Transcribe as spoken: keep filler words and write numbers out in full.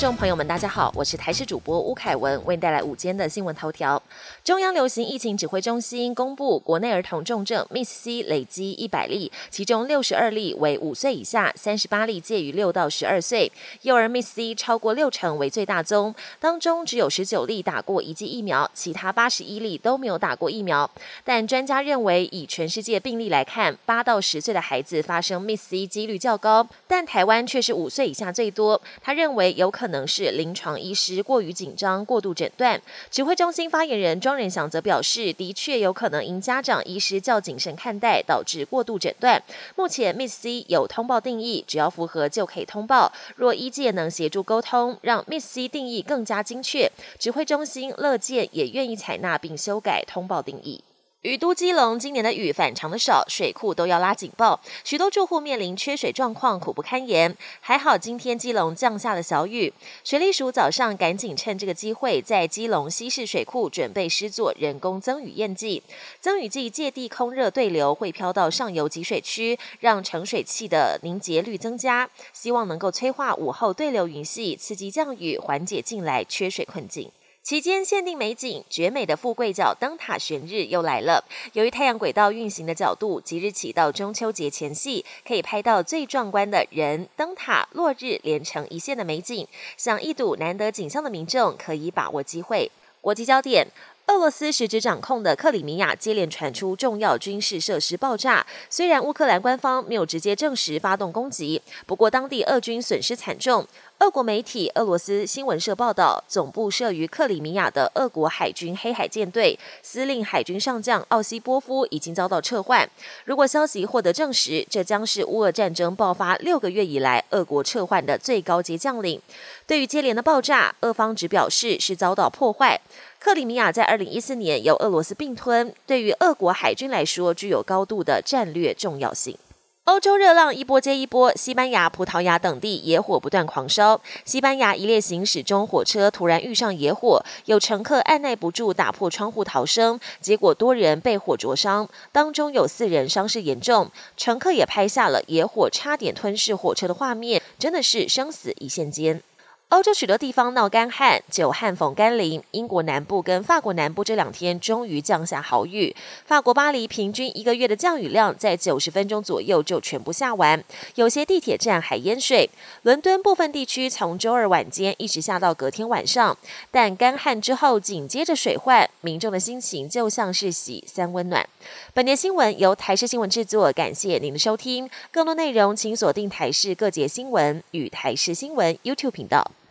众朋友们，大家好，我是台视主播吴凯文，为您带来午间的新闻头条。中央流行疫情指挥中心公布，国内儿童重症 Miss C 累积一百例，其中六十二例为五岁以下，三十八例介于六到十二岁。幼儿 Miss C 超过六成为最大宗，当中只有十九例打过一剂疫苗，其他八十一例都没有打过疫苗。但专家认为，以全世界病例来看，八到十岁的孩子发生 Miss C 几率较高，但台湾却是五岁以下最多。他认为有可能是临床医师过于紧张，过度诊断。指挥中心发言人庄仁祥则表示，的确有可能因家长、医师较谨慎看待，导致过度诊断。目前 Miss C 有通报定义，只要符合就可以通报。若医界能协助沟通，让 Miss C 定义更加精确，指挥中心乐见也愿意采纳并修改通报定义。雨都基隆今年的雨反常的少，水库都要拉警报，许多住户面临缺水状况，苦不堪言。还好今天基隆降下了小雨，水利署早上赶紧趁这个机会，在基隆西势水库准备施作人工增雨验剂。增雨剂借地空热对流会飘到上游集水区，让盛水器的凝结率增加，希望能够催化午后对流云系，刺激降雨，缓解近来缺水困境。期间限定美景，绝美的富贵角灯塔悬日又来了。由于太阳轨道运行的角度，即日起到中秋节前夕，可以拍到最壮观的人、灯塔、落日连成一线的美景。想一睹难得景象的民众，可以把握机会。国际焦点。俄罗斯实质掌控的克里米亚接连传出重要军事设施爆炸，虽然乌克兰官方没有直接证实发动攻击，不过当地俄军损失惨重。俄国媒体俄罗斯新闻社报道，总部设于克里米亚的俄国海军黑海舰队司令海军上将奥西波夫已经遭到撤换。如果消息获得证实，这将是乌俄战争爆发六个月以来俄国撤换的最高阶将领。对于接连的爆炸，俄方只表示是遭到破坏。克里米亚在二零一四年由俄罗斯并吞，对于俄国海军来说具有高度的战略重要性。欧洲热浪一波接一波，西班牙、葡萄牙等地野火不断狂烧。西班牙一列行驶中火车突然遇上野火，有乘客按耐不住打破窗户逃生，结果多人被火灼伤，当中有四人伤势严重。乘客也拍下了野火差点吞噬火车的画面，真的是生死一线间。欧洲许多地方闹干旱，久旱逢甘霖。英国南部跟法国南部这两天终于降下好雨。法国巴黎平均一个月的降雨量在九十分钟左右就全部下完，有些地铁站还淹水。伦敦部分地区从周二晚间一直下到隔天晚上，但干旱之后紧接着水患，民众的心情就像是洗三温暖。本节新闻由台视新闻制作，感谢您的收听。更多内容请锁定台视各节新闻与台视新闻 YouTube 频道。